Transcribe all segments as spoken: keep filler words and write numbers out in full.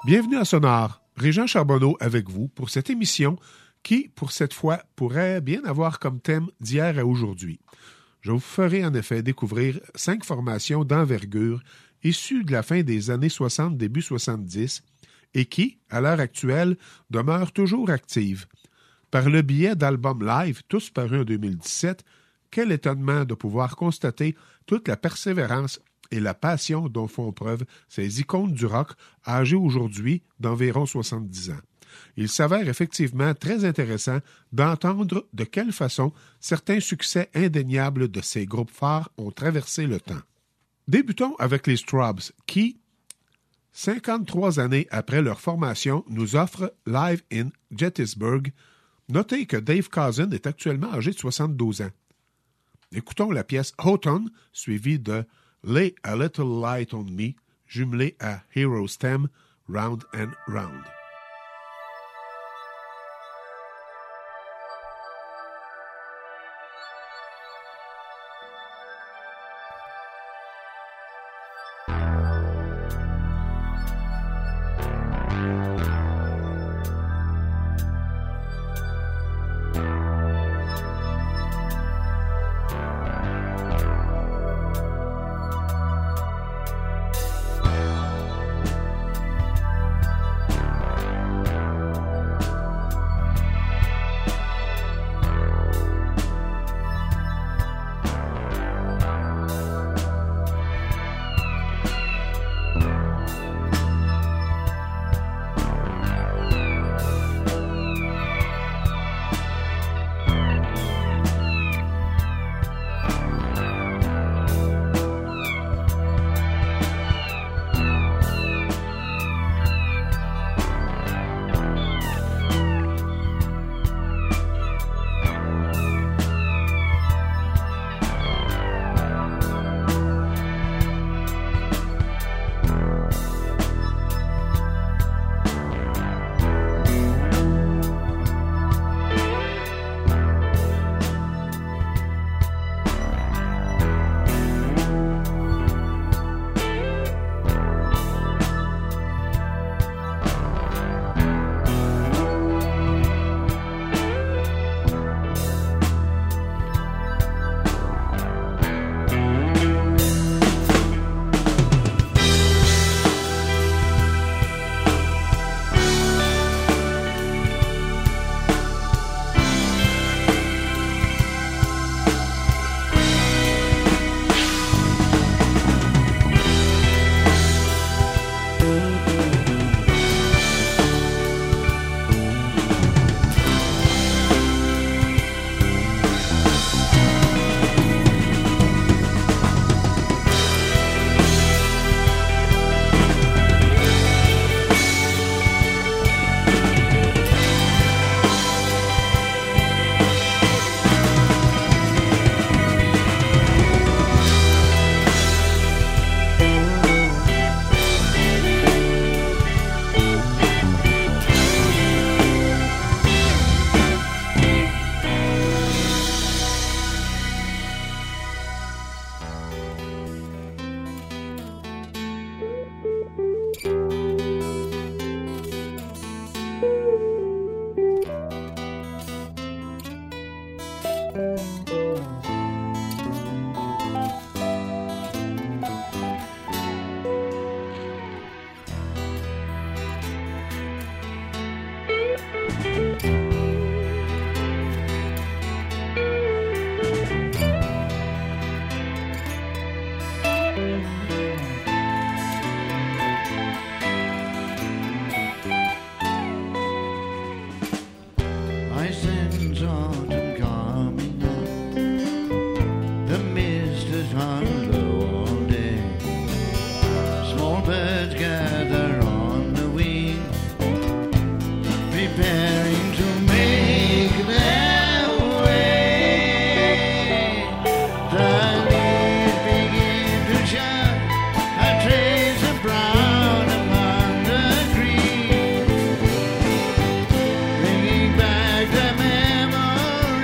Bienvenue à Sonore, Régent Charbonneau avec vous pour cette émission qui, pour cette fois, pourrait bien avoir comme thème d'hier à aujourd'hui. Je vous ferai en effet découvrir cinq formations d'envergure issues de la fin des années soixante, début soixante-dix, et qui, à l'heure actuelle, demeurent toujours actives. Par le biais d'albums live, tous parus en deux mille dix-sept, quel étonnement de pouvoir constater toute la persévérance et la passion dont font preuve ces icônes du rock âgées aujourd'hui d'environ soixante-dix ans. Il s'avère effectivement très intéressant d'entendre de quelle façon certains succès indéniables de ces groupes phares ont traversé le temps. Débutons avec les Strawbs qui, cinquante-trois années après leur formation, nous offrent Live in Gettysburg. Notez que Dave Cousin est actuellement âgé de soixante-douze ans. Écoutons la pièce Houghton, suivie de Lay a Little Light on Me, jumelée à Hero's Theme, Round and Round. Bring back the memories.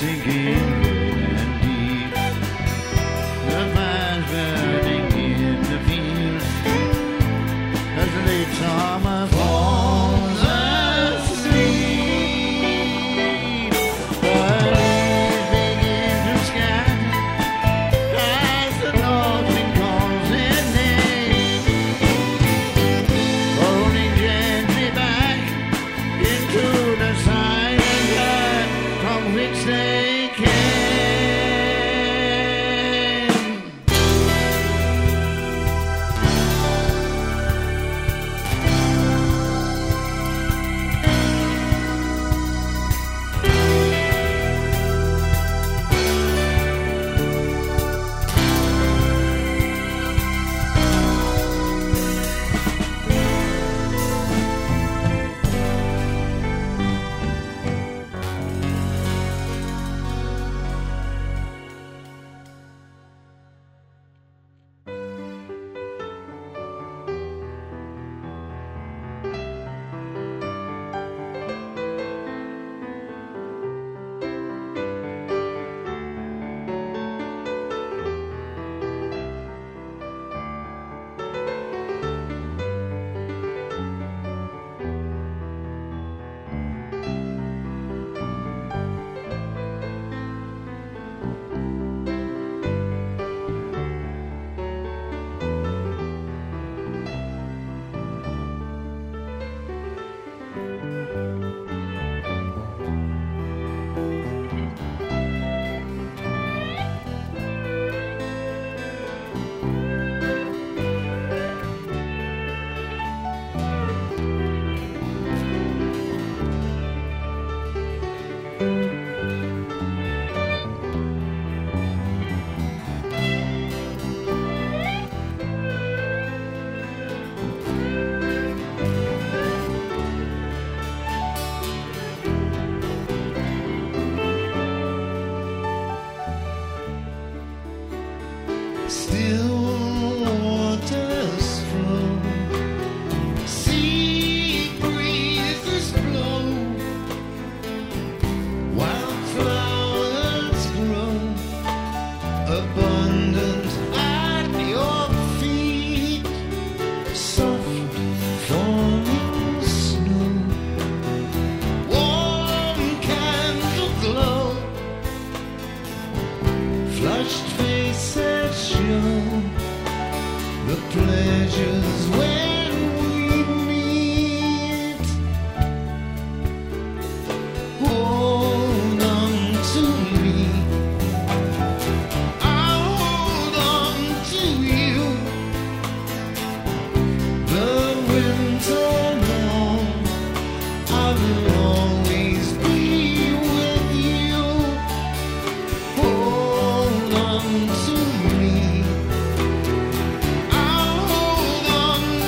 Hold on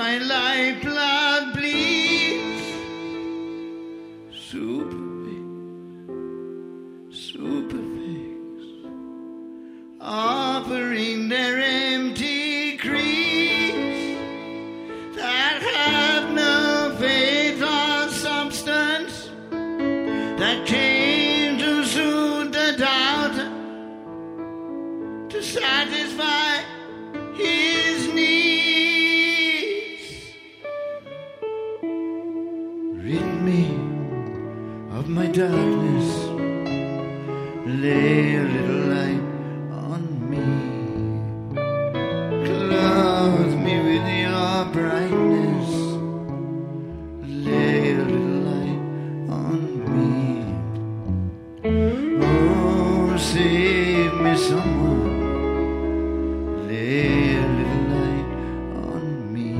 my lifeblood bleeds. Superpigs, superpigs, offering their empty creeds that have no faith or substance, that came to soothe the doubter, to satisfy his needs. Rid me of my darkness, lay a little light on me, clothe me with your brightness, lay a little light on me. Oh, save me, someone, lay a little light on me.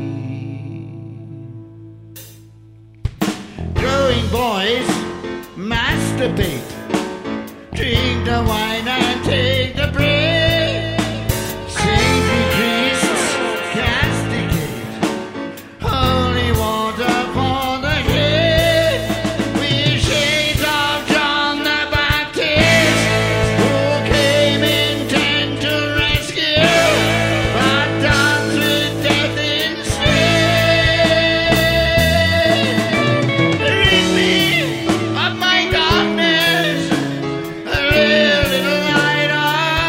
Growing boys, masturbate, drink the wine and take the break. Saintly priests castigate, holy water for the head, with shades of John the Baptist, who came intent to rescue, but done with death instead. Rid me of my darkness, a little light on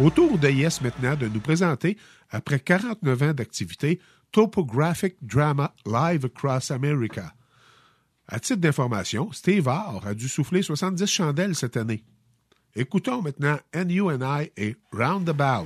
Au tour de Yes maintenant de nous présenter, après quarante-neuf ans d'activité, Topographic Drama Live Across America. À titre d'information, Steve Harr a dû souffler soixante-dix chandelles cette année. Écoutons maintenant And You and I et Roundabout.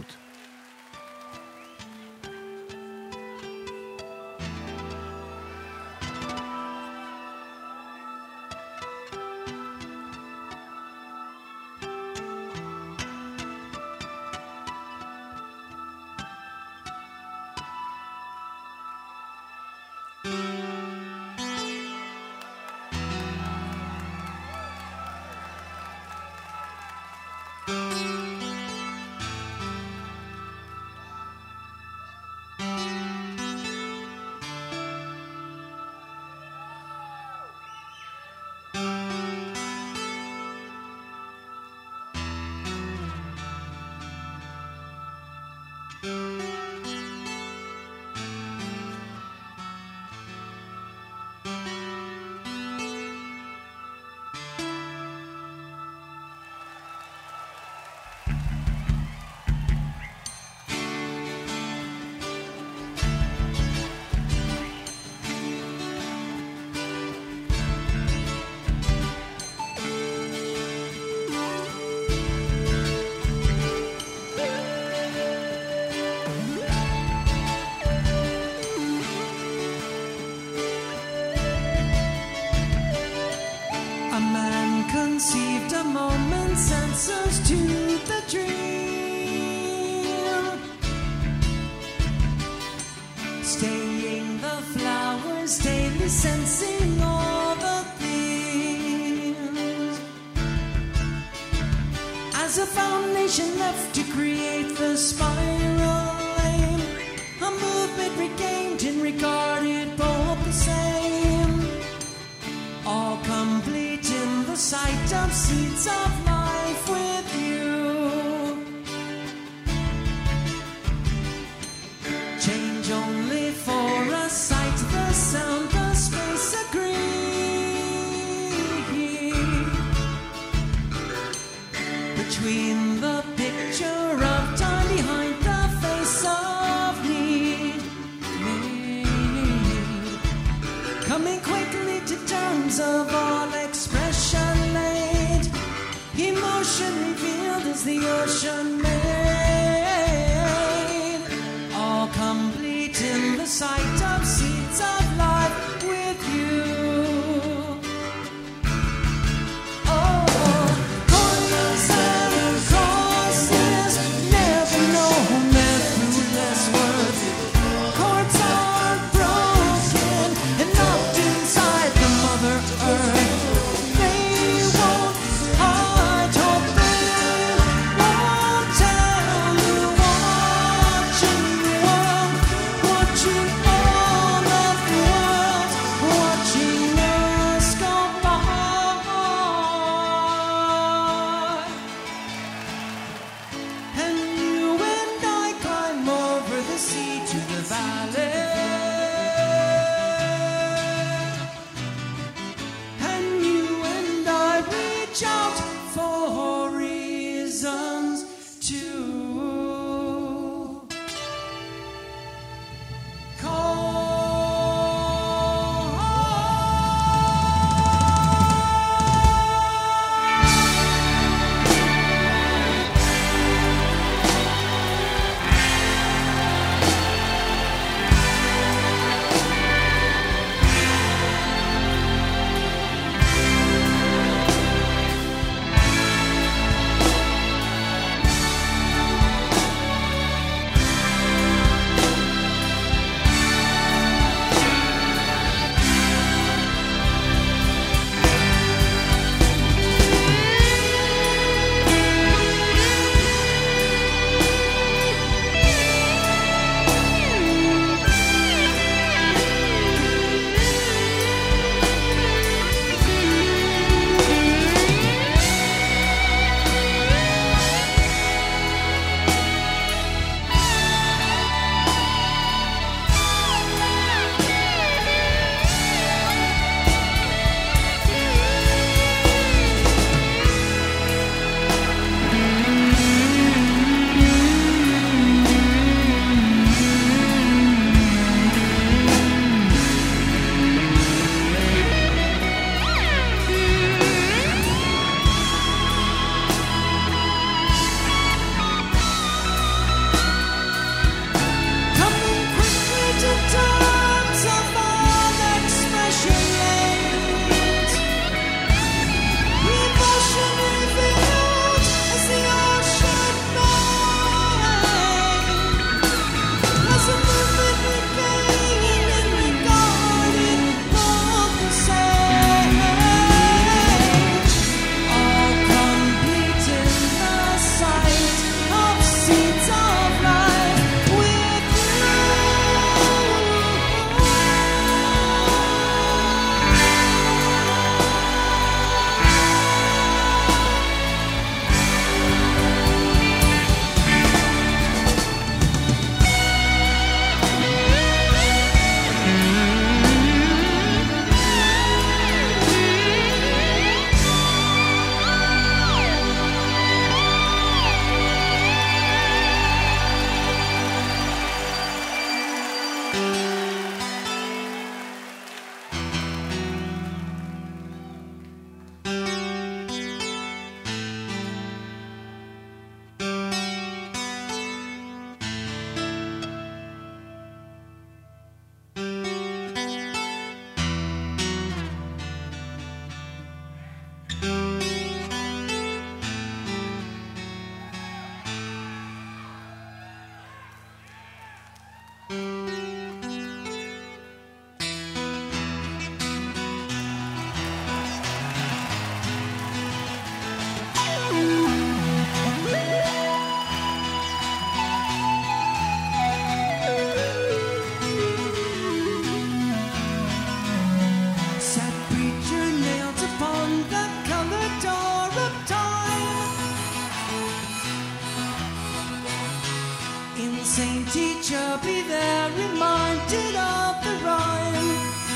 teacher be there, reminded of the rhyme.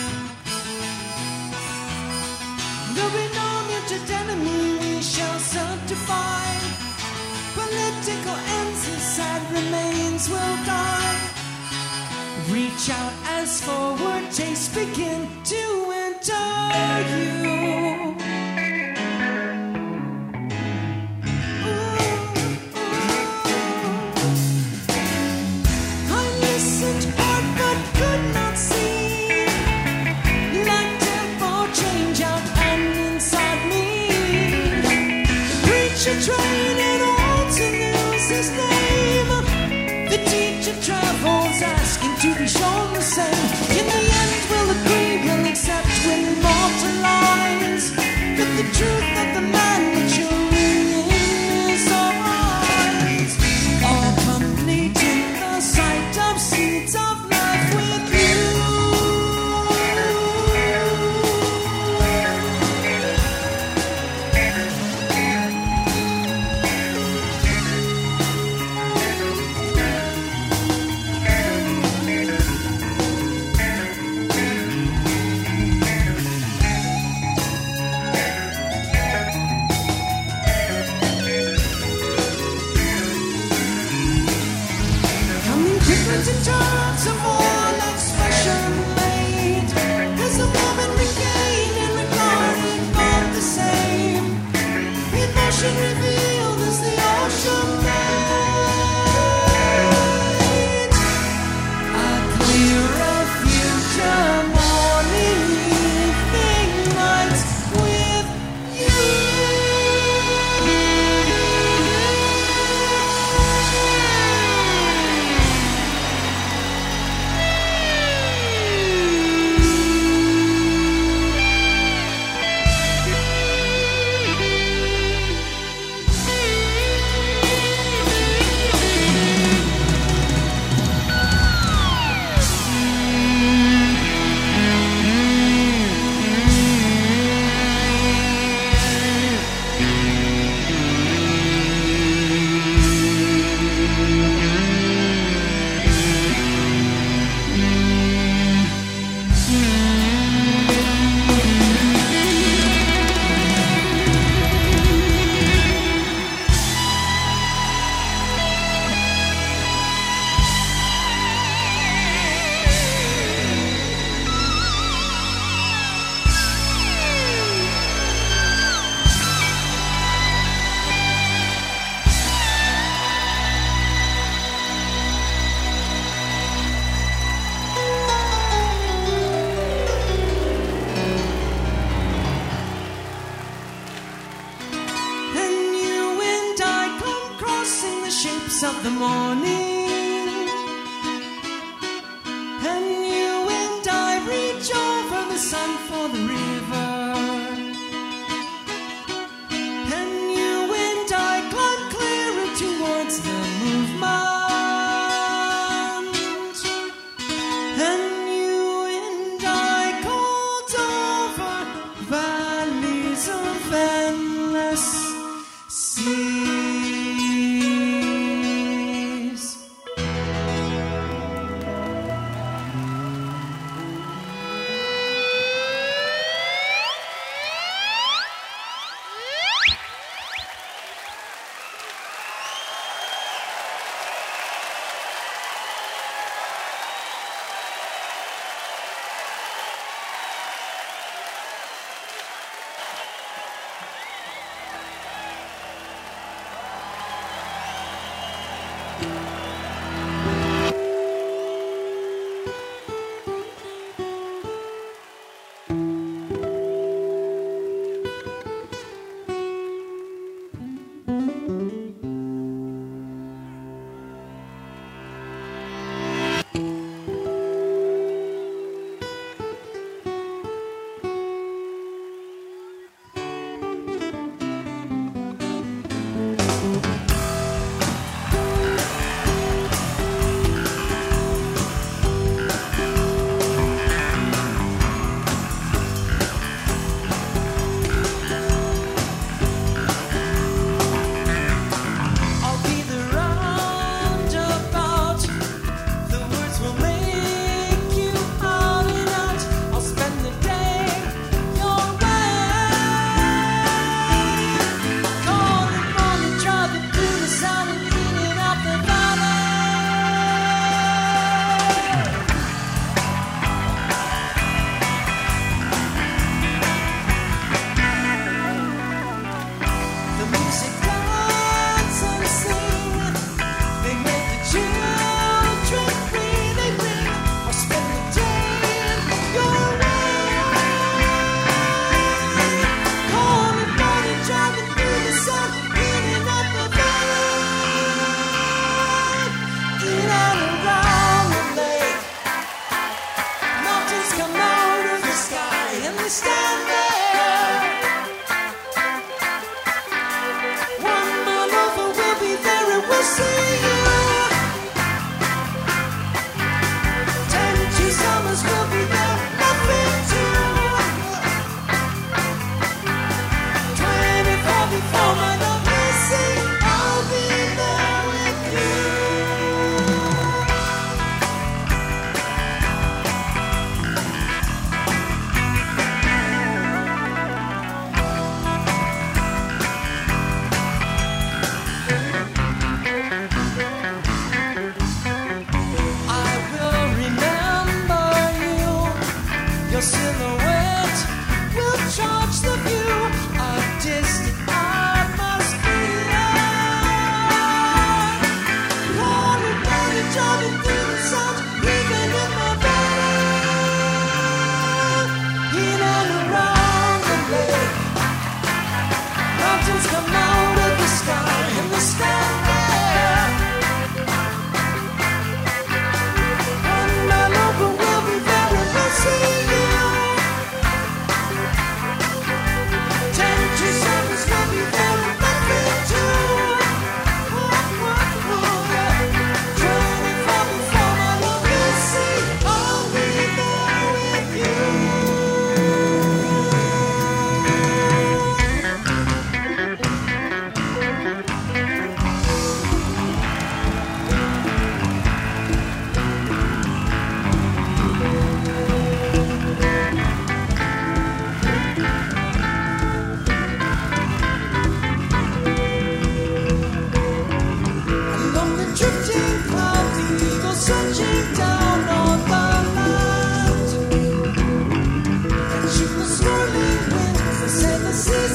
There'll be no mutual enemy, we shall certify. Political ends and sad remains will die. Reach out as forward tastes begin to enter you. Train and all to lose his name. The teacher travels asking to be shown the same. In the end we'll agree, we'll accept, we'll immortalize. But the truth of the man maturing in his eyes, all complete in the sight of seeds of life with you. In terms of all expression made, there's a moment regained and regarded both the same. Emotion revealed as the ocean made. A clearer future, morning, evening, nights with you. Of the morning, and you and I reach over the sun for the river, and you and I climb clearer towards the movement, and you and I called over valleys of endless sea.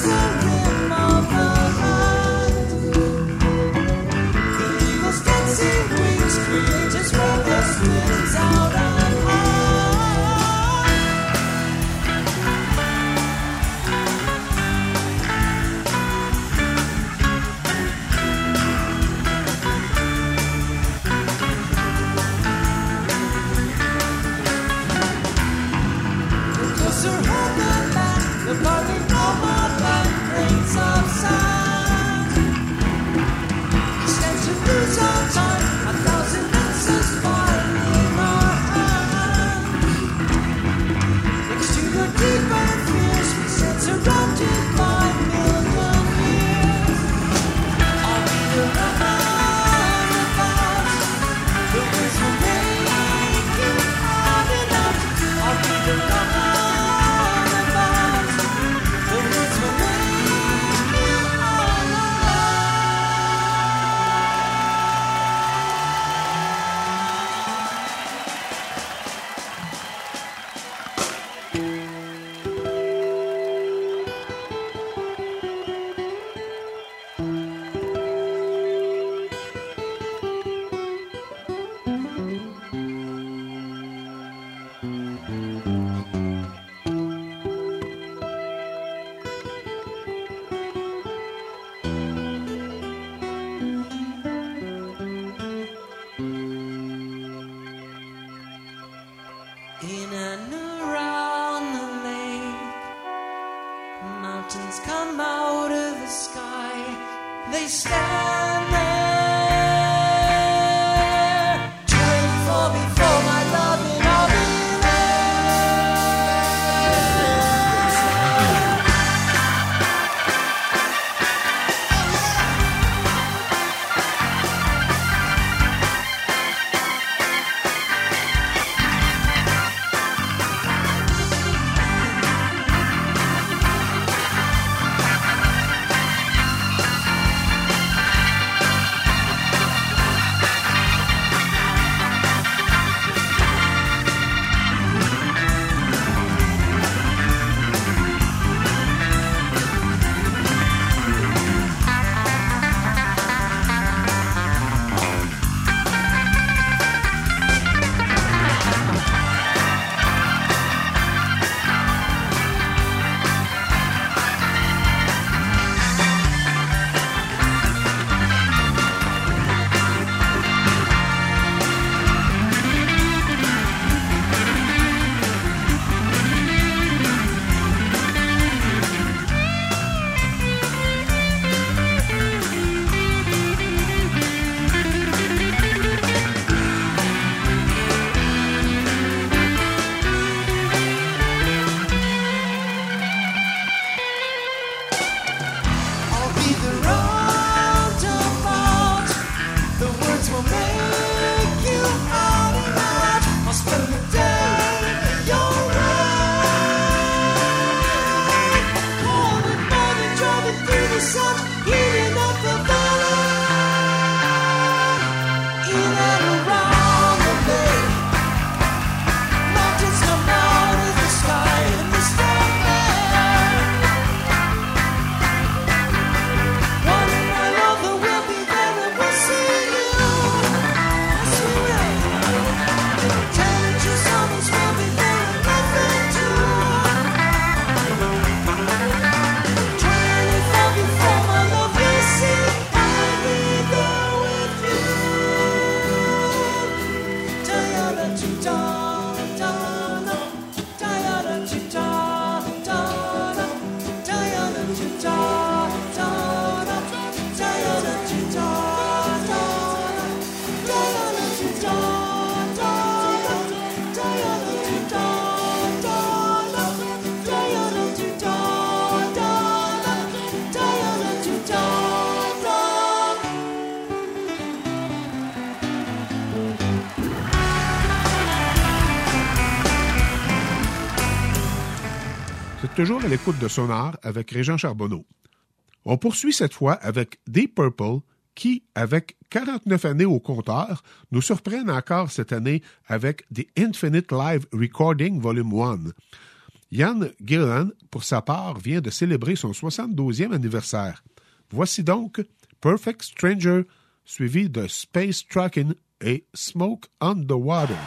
In and around the lake, mountains come out of the sky. They stand there, turning for before my love, and I'll be toujours à l'écoute de Sonar avec Régent Charbonneau. On poursuit cette fois avec Deep Purple qui, avec quarante-neuf années au compteur, nous surprennent encore cette année avec The Infinite Live Recording Volume un. Ian Gillan, pour sa part, vient de célébrer son soixante-douzième anniversaire. Voici donc Perfect Stranger, suivi de Space Truckin' et Smoke on the Water.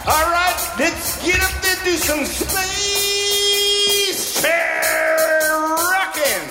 All right, let's get up there, do some space chair rocking.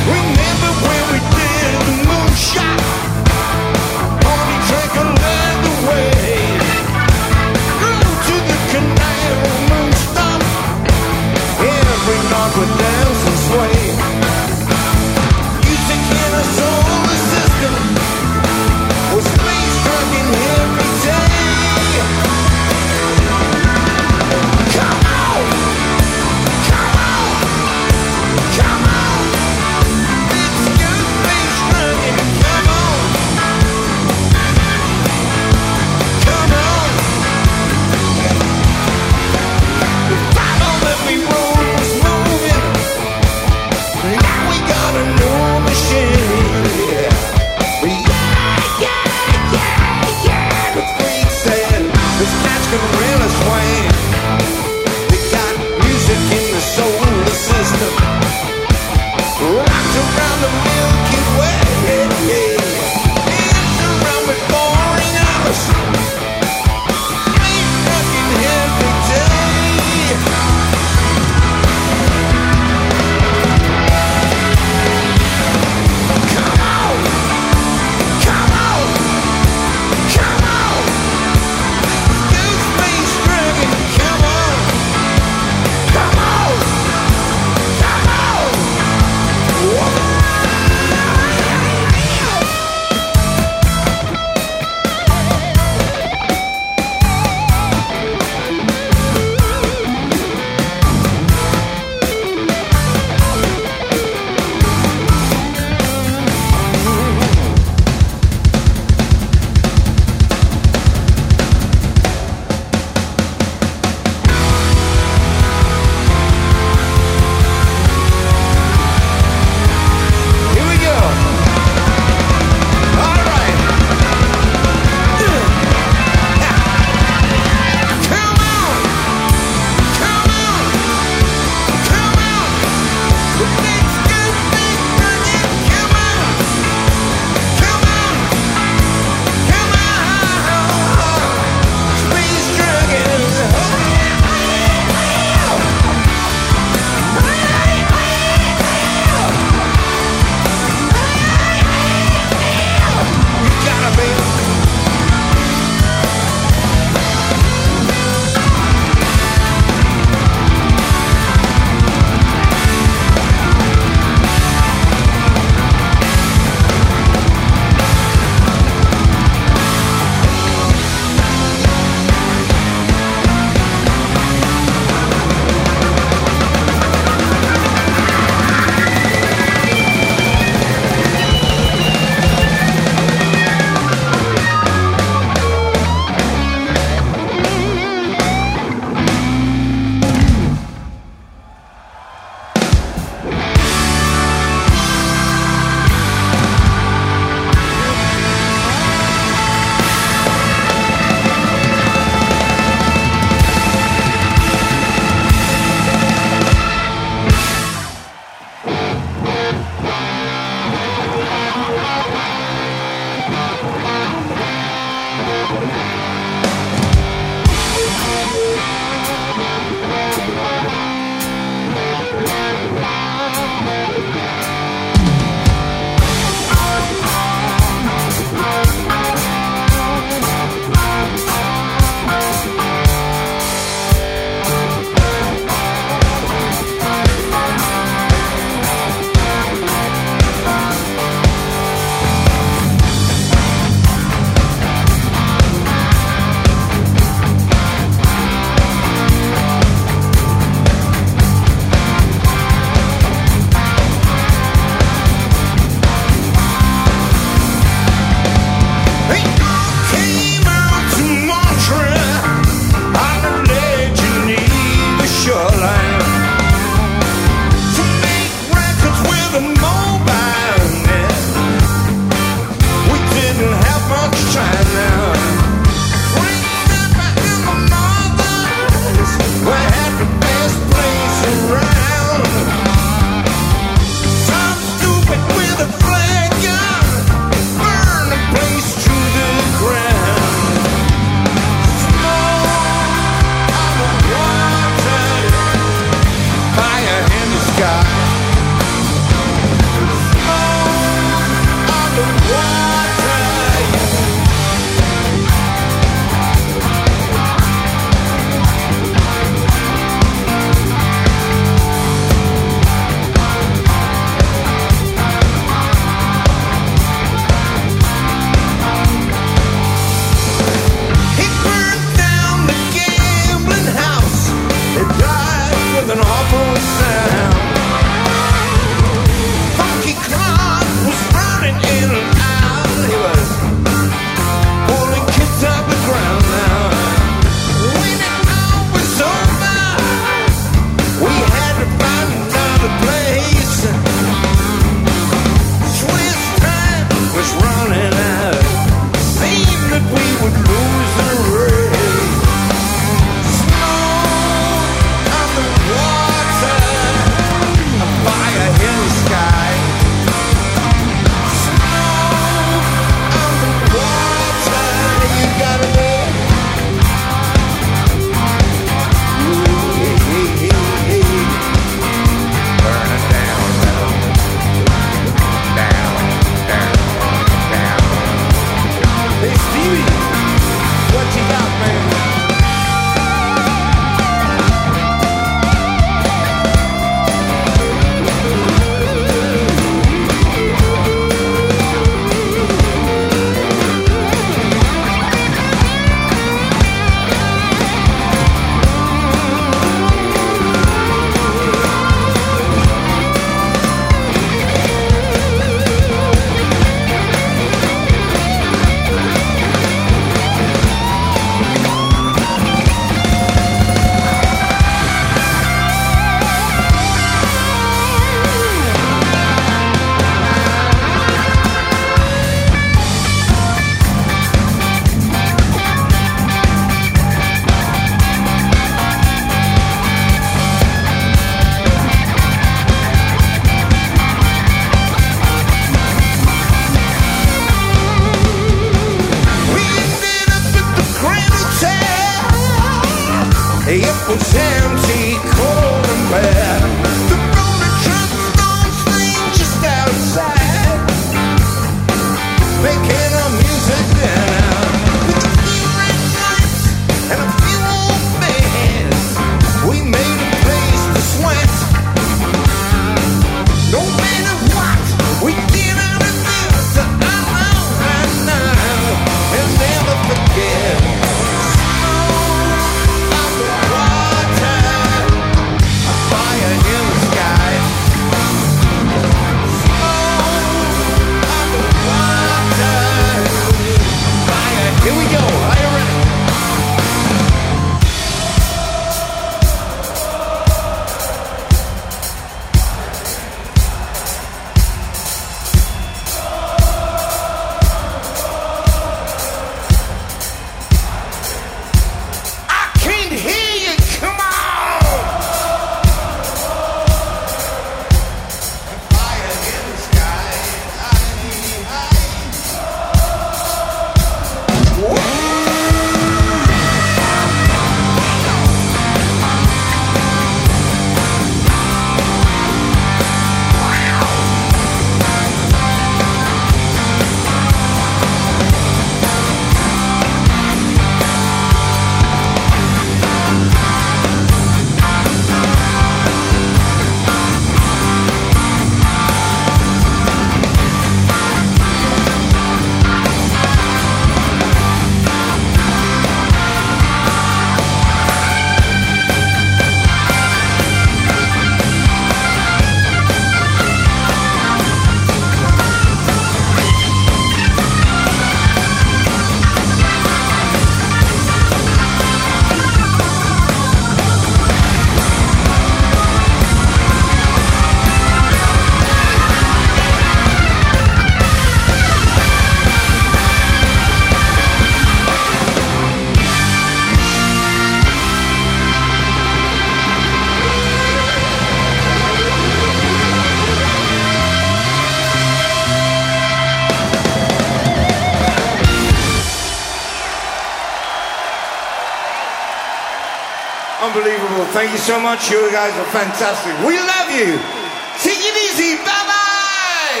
Unbelievable. Thank you so much. You guys are fantastic. We love you. Take it easy. Bye-bye.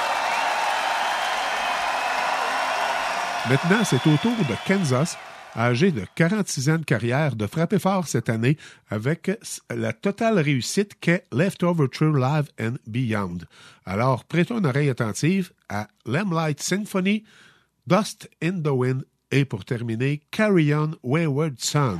Maintenant, c'est au tour de Kansas, âgé de quarante-six ans de carrière, de frapper fort cette année avec la totale réussite qu'est Leftover True Live and Beyond. Alors, prêtons une oreille attentive à Lamplight Symphony, Dust in the Wind et pour terminer, Carry On Wayward Son.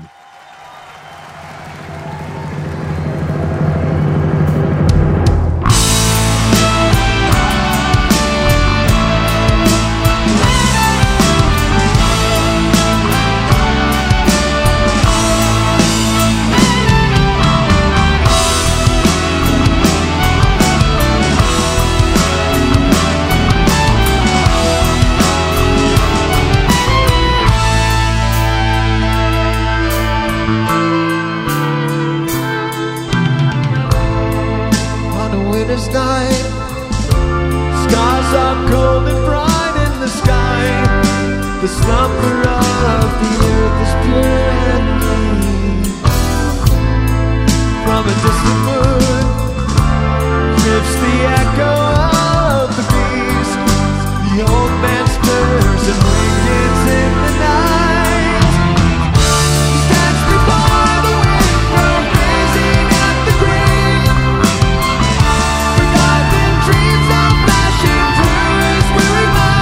The slumber of the earth is pure and clean. From a distant moon drifts the echo of the beast. The old man stirs and wakens in the night. He stands before the window gazing at the green. Forgotten dreams are flashing through his weary mind.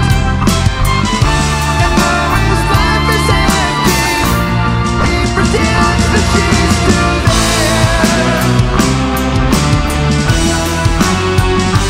Pretends that she's still there.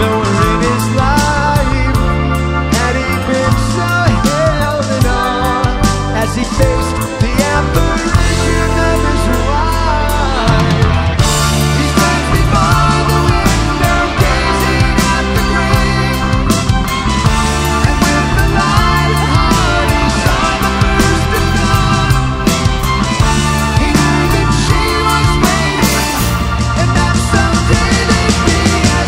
nowhere in his life had he been so held in awe as he faced the apparition of his wife. He stands before the window gazing at the grave, and with the light heart he saw the first of dawn. He knew that she was waiting, and that someday they'd be as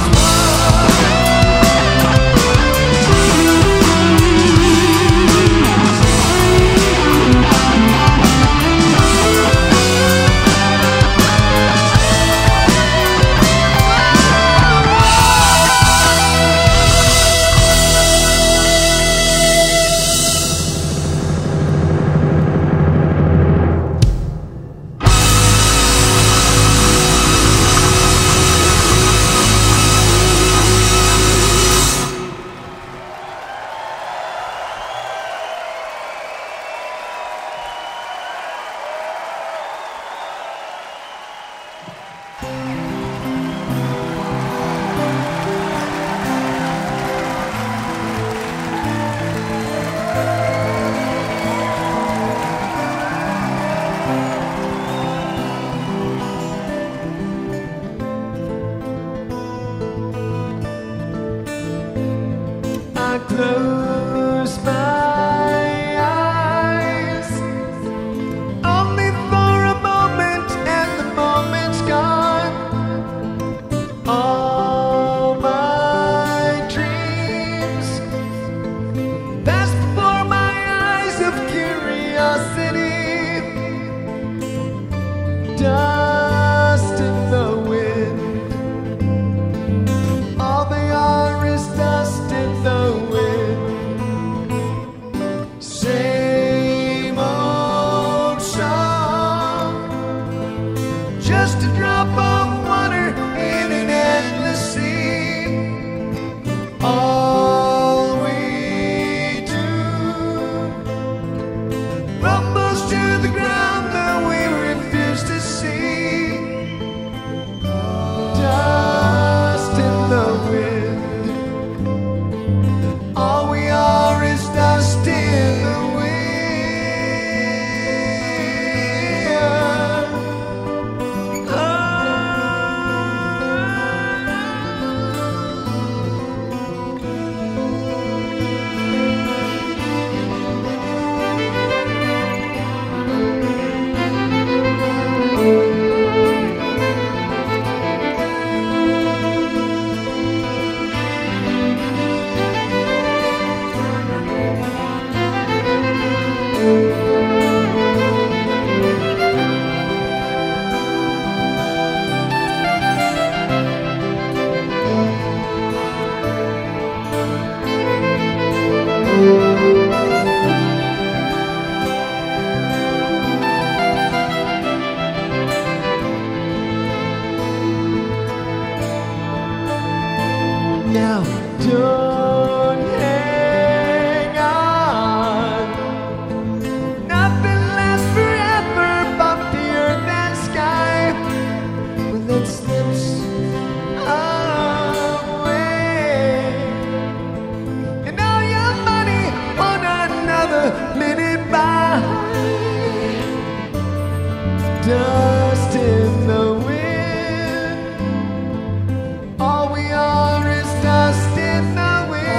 I close my eyes only for a moment, and the moment's gone. All my dreams pass before my eyes of curiosity. Dust in the wind. All they are is dust in the wind. Same old song, just a drop of water in an endless sea. All we do rumbles to the ground that we refuse to see. Dust in the wind. All we are is dust in the wind. Now don't hang on. Nothing lasts forever but the earth and sky. When it slips away, and all your money on another minute by. Dust in the wind. All we are is dust in the wind.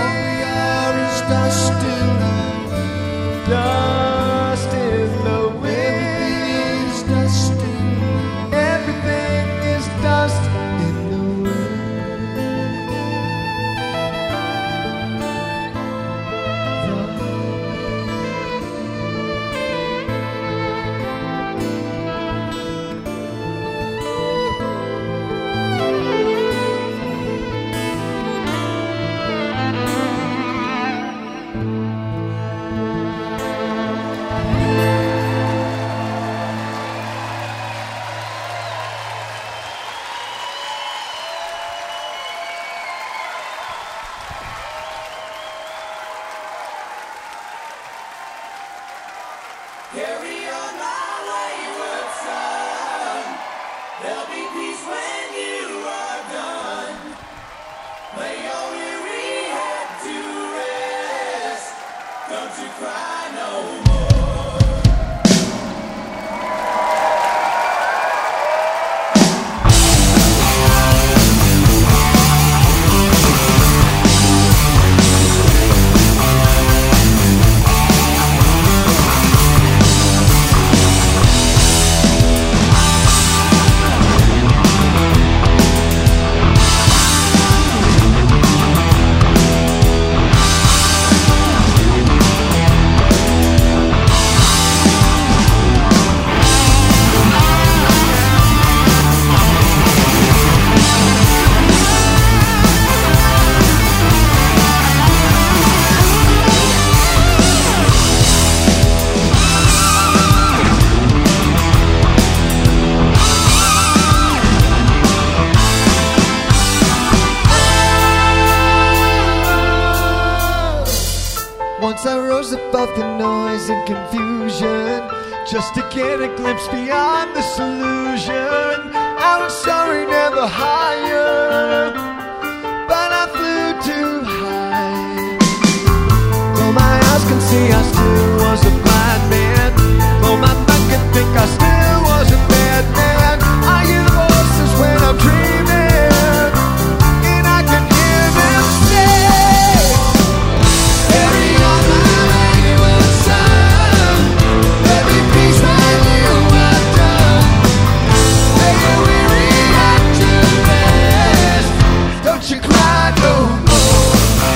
Once I rose above the noise and confusion, just to get a glimpse beyond this illusion. I was soaring ever higher, but I flew too high. Though my eyes can see I still was a blind man, though my mind can think I still was a bad man. I hear voices when I'm dreaming, and I can hear them say, carry on my wayward son, every piece when you are done. Make a weary heart to rest, don't you cry no more.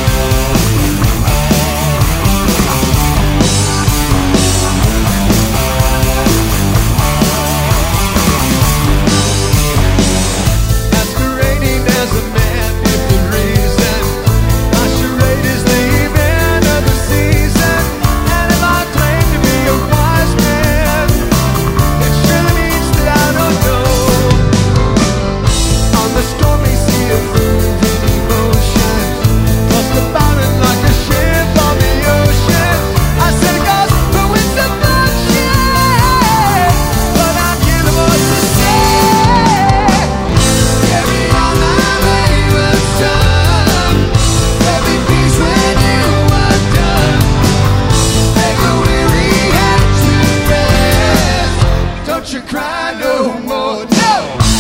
Masquerading as a man with good reason, my charade is the event of the season. And if I claim to be a wise man, it surely means that I don't know. On the stormy sea of moving emotion, tossed about it like a ship on the ocean. I said it goes for winds of bloodshed, but I hear the voices say, carry on my wayward son, every piece when you are done. Make a weary head to rest, don't you cry no more, no!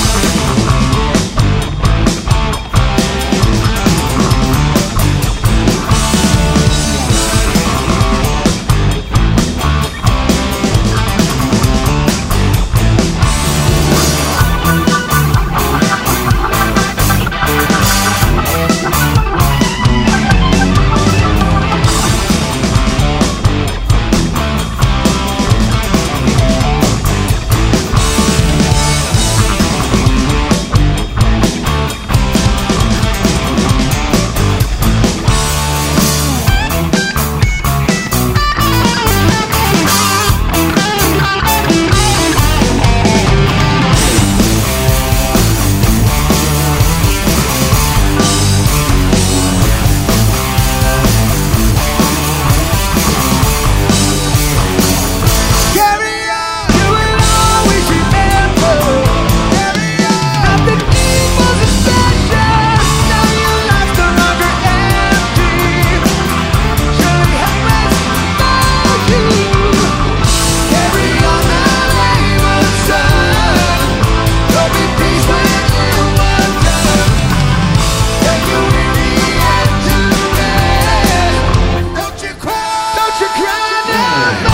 Carry on, you will always remember. Carry on, nothing equals obsession. Now your life's no longer empty. Surely heaven's found you. Carry on, my wayward son. There'll be peace when you are done. Take a weary head to rest. Don't you cry, don't you cry no more.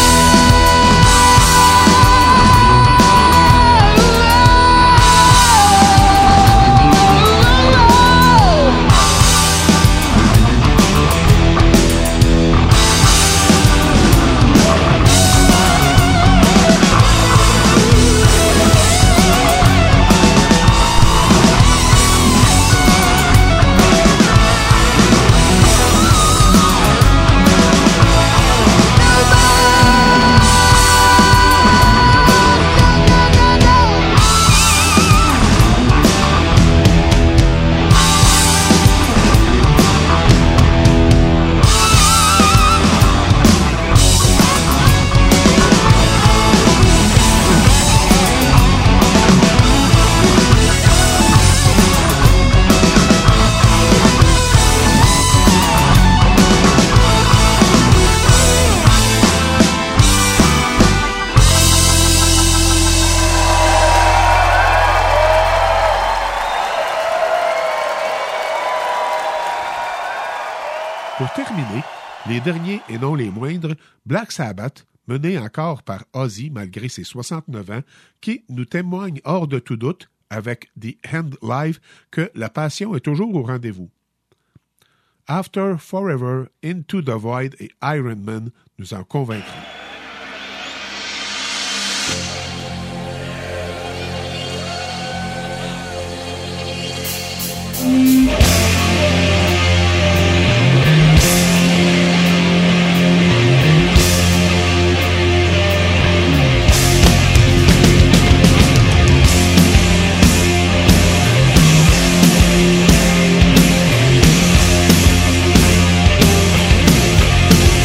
Pour terminer, les derniers et non les moindres, Black Sabbath, mené encore par Ozzy malgré ses soixante-neuf ans, qui nous témoigne hors de tout doute, avec The End Live, que la passion est toujours au rendez-vous. After, Forever, Into the Void et Iron Man nous en convaincront. Carry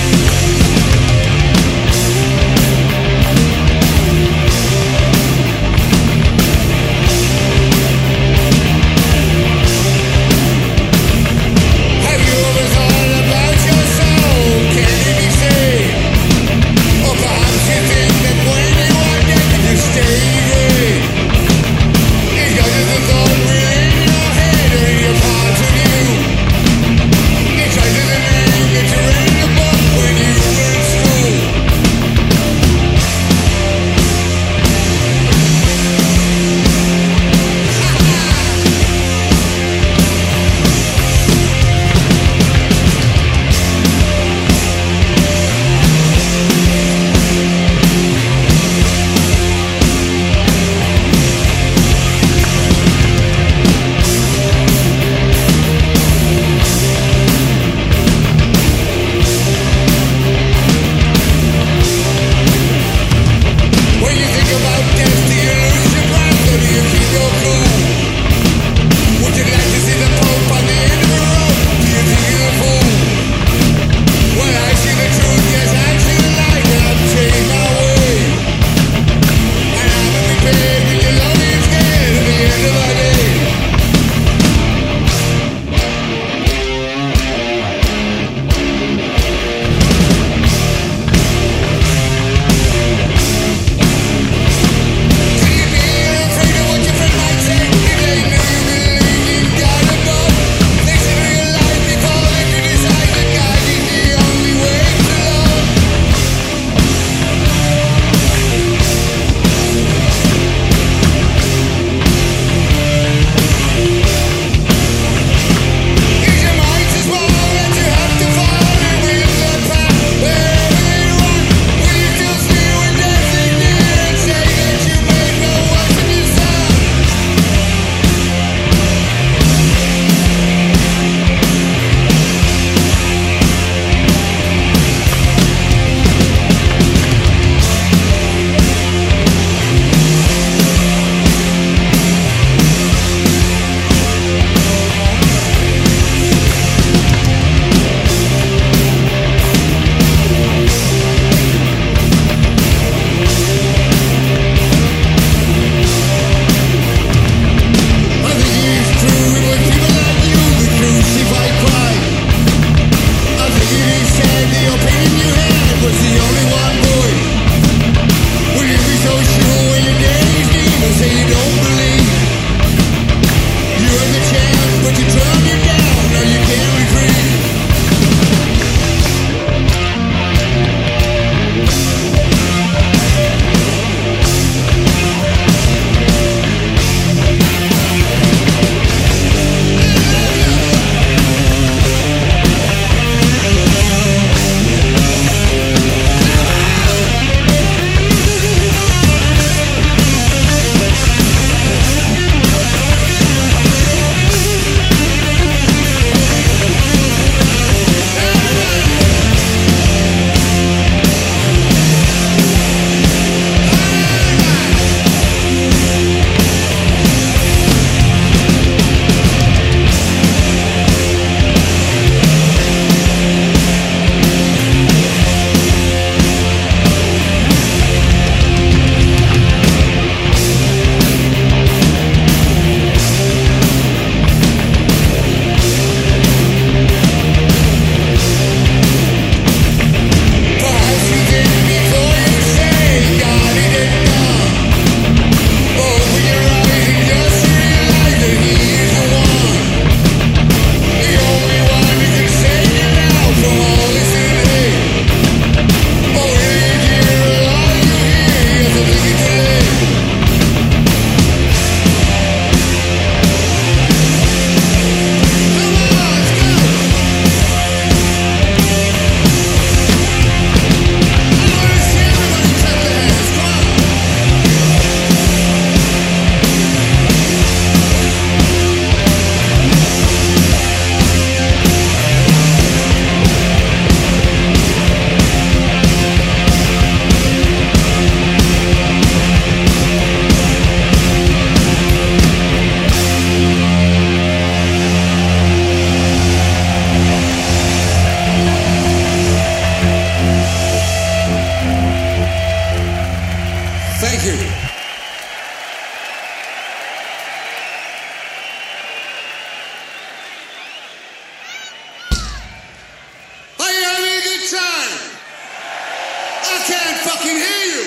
I can hear you.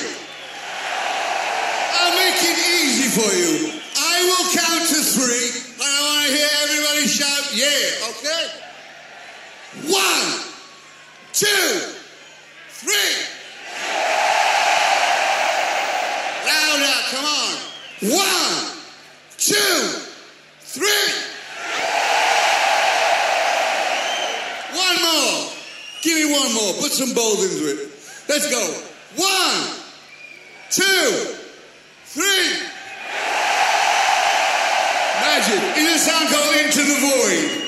I'll make it easy for you. I will count to three, and I want to hear everybody shout, yeah, okay? One, two, three. Louder, come on. One, two, three. One more. Give me one more. Put some bold into it. Let's go. One, two, three. Magic. In the sound go Into the Void.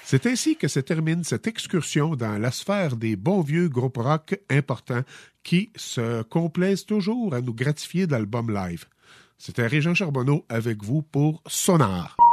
C'est ainsi que se termine cette excursion dans la sphère des bons vieux groupes rock importants qui se complaisent toujours à nous gratifier d'albums live. C'était Régent Charbonneau avec vous pour Sonar.